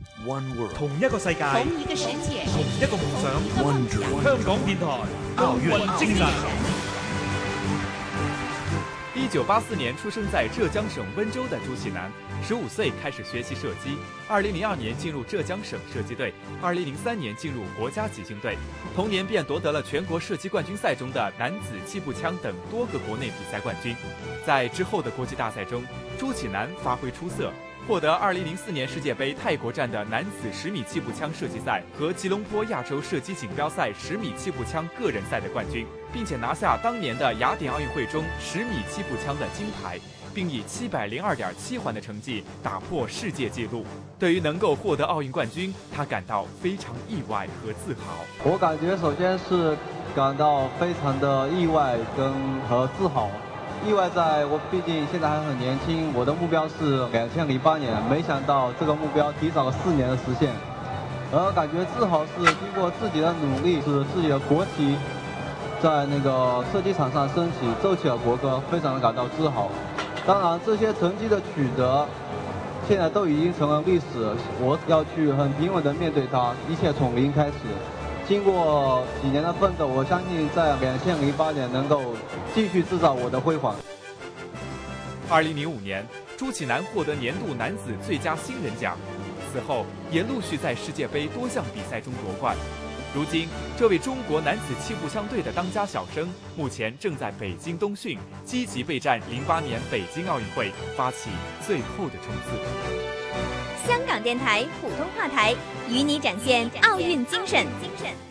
同一個世界， 同一個世界， 同一個夢想。香港電台奧運精神。 1984年出生在浙江省温州的朱启南，15岁开始学习射击，2002年进入浙江省射击队，2003年进入国家集训队，同年便夺得了全国射击冠军赛中的男子气步枪等多个国内比赛冠军。在之后的国际大赛中，朱启南发挥出色，获得2004年世界杯泰国站的男子10米气步枪射击赛和吉隆坡亚洲射击锦标赛10米气步枪个人赛的冠军，并且拿下当年的雅典奥运会中10米气步枪的金牌，并以702.7环的成绩打破世界纪录。对于能够获得奥运冠军，他感到非常意外和自豪。 我感觉首先是感到非常的意外和自豪。意外在我毕竟现在还很年轻，我的目标是2008年，没想到这个目标提早了4年的实现。而感觉自豪是经过自己的努力，使自己的国旗在那个射击场上升起，奏起了国歌，非常的感到自豪。当然，这些成绩的取得，现在都已经成了历史，我要去很平稳的面对它，一切从零开始。经过几年的奋斗，我相信在2008年能够继续制造我的辉煌。 2005年，朱启南获得年度男子最佳新人奖，此后也陆续在世界杯多项比赛中夺冠。如今，这位中国男子气步枪队的当家小生，目前正在北京冬训，积极备战08年北京奥运会，发起最后的冲刺。 香港电台普通话台与你展现奥运精神。